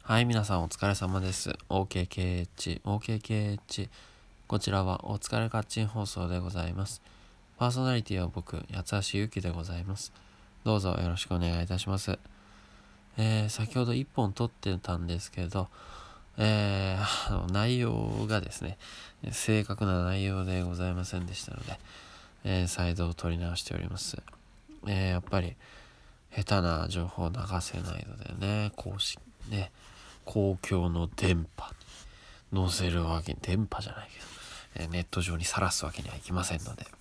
はい、皆さんお疲れ様です。OKKH。こちらはお疲れカッチン放送でございます。パーソナリティは僕、八橋ゆきでございます。どうぞよろしくお願いいたします。先ほど1本撮ってたんですけど、内容がですね、正確な内容でございませんでしたので、再度撮り直しております。やっぱり下手な情報を流せないのでね、公共の電波に載せるわけに、電波じゃないけど、ネット上にさらすわけにはいきませんので、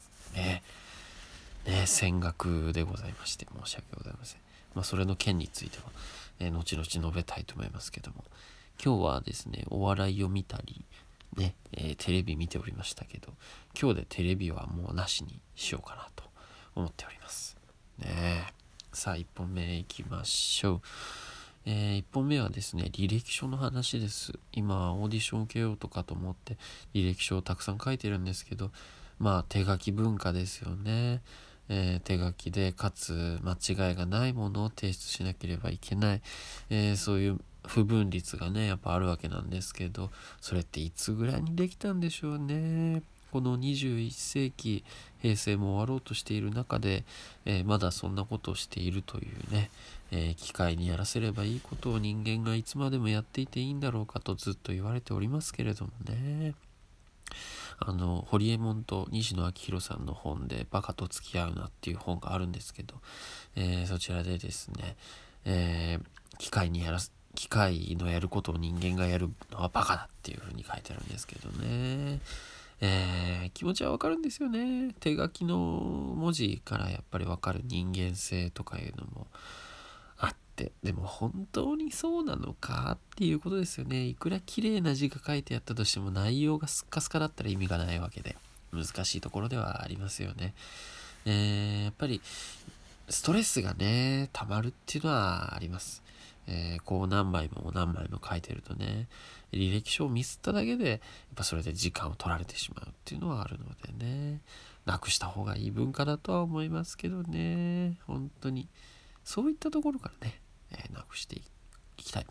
戦略でございまして申し訳ございません。それの件については、後々述べたいと思いますけども、今日はですね、お笑いを見たり、テレビ見ておりましたけど、今日でテレビはもうなしにしようかなと思っております。さあ、1本目いきましょう。1本目はですね、履歴書の話です。今、オーディション受けようとかと思って、履歴書をたくさん書いてるんですけど、手書き文化ですよね。手書きで、かつ間違いがないものを提出しなければいけない。そういう不分率がね、やっぱあるわけなんですけど、それっていつぐらいにできたんでしょうね。この21世紀、平成も終わろうとしている中で、まだそんなことをしているというね、機械にやらせればいいことを人間がいつまでもやっていていいんだろうかとずっと言われておりますけれどもね。ホリエモンと西野昭弘さんの本でバカと付き合うなっていう本があるんですけど、そちらでですね、機械のやることを人間がやるのはバカだっていう風に書いてあるんですけどね。気持ちはわかるんですよね。手書きの文字からやっぱりわかる人間性とかいうのもあって、でも本当にそうなのかっていうことですよね。いくら綺麗な字が書いてあったとしても内容がスッカスカだったら意味がないわけで、難しいところではありますよね。やっぱりストレスがね溜まるっていうのはあります。こう何枚も何枚も書いてるとね、履歴書をミスっただけでやっぱそれで時間を取られてしまうっていうのはあるのでね、なくした方がいい文化だとは思いますけどね。本当にそういったところからね、なくしていきたい。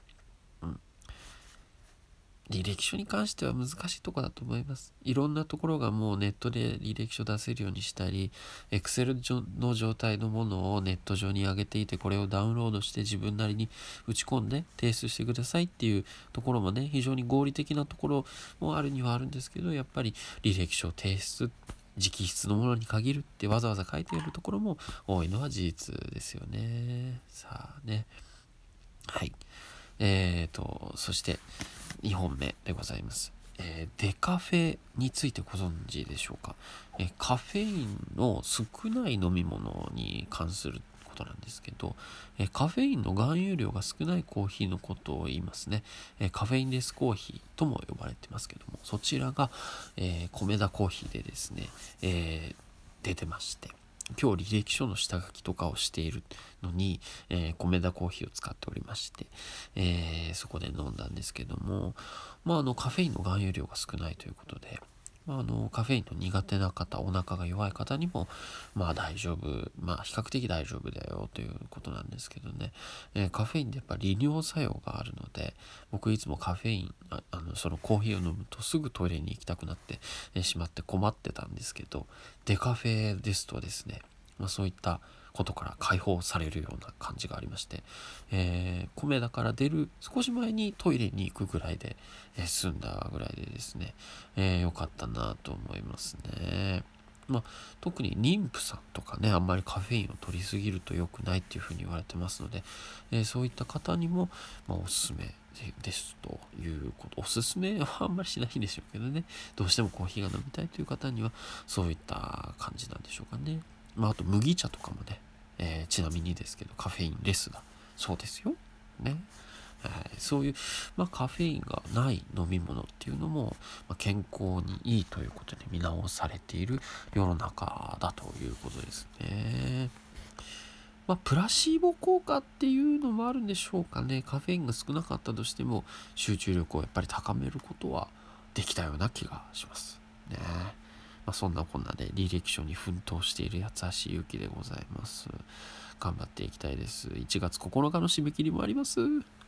履歴書に関しては難しいところだと思います。いろんなところがもうネットで履歴書出せるようにしたり、Excel の状態のものをネット上に上げていて、これをダウンロードして自分なりに打ち込んで提出してくださいっていうところもね、非常に合理的なところもあるにはあるんですけど、やっぱり履歴書提出、直筆のものに限るってわざわざ書いてあるところも多いのは事実ですよね。さあね。はい。そして2本目でございます。デカフェについてご存知でしょうか。カフェインの少ない飲み物に関することなんですけど、カフェインの含有量が少ないコーヒーのことを言いますね。カフェインレスコーヒーとも呼ばれてますけども、そちらが、米田コーヒーでですね、出てまして、今日履歴書の下書きとかをしているのに、米田コーヒーを使っておりまして、そこで飲んだんですけども、カフェインの含有量が少ないということで、カフェインの苦手な方、お腹が弱い方にも大丈夫、比較的大丈夫だよということなんですけどね、カフェインってやっぱ利尿作用があるので、僕いつもカフェインそのコーヒーを飲むとすぐトイレに行きたくなってしまって困ってたんですけど、デカフェですとですね、そういったことから解放されるような感じがありまして、米だから出る少し前にトイレに行くぐらいで、済んだぐらいでですね、良かったなと思いますね。特に妊婦さんとかね、あんまりカフェインを取りすぎると良くないっていうふうに言われてますので、そういった方にも、おすすめですということ。おすすめはあんまりしないんでしょうけどね、どうしてもコーヒーが飲みたいという方にはそういった感じなんでしょうかね。あと麦茶とかもね、ちなみにですけどカフェインレスだそうですよね。そういう、カフェインがない飲み物っていうのも、健康にいいということで見直されている世の中だということですね。プラシーボ効果っていうのもあるんでしょうかね。カフェインが少なかったとしても集中力をやっぱり高めることはできたような気がしますね。そんなこんなで履歴書に奮闘している八橋ゆきでございます。頑張っていきたいです。1月9日の締め切りもあります。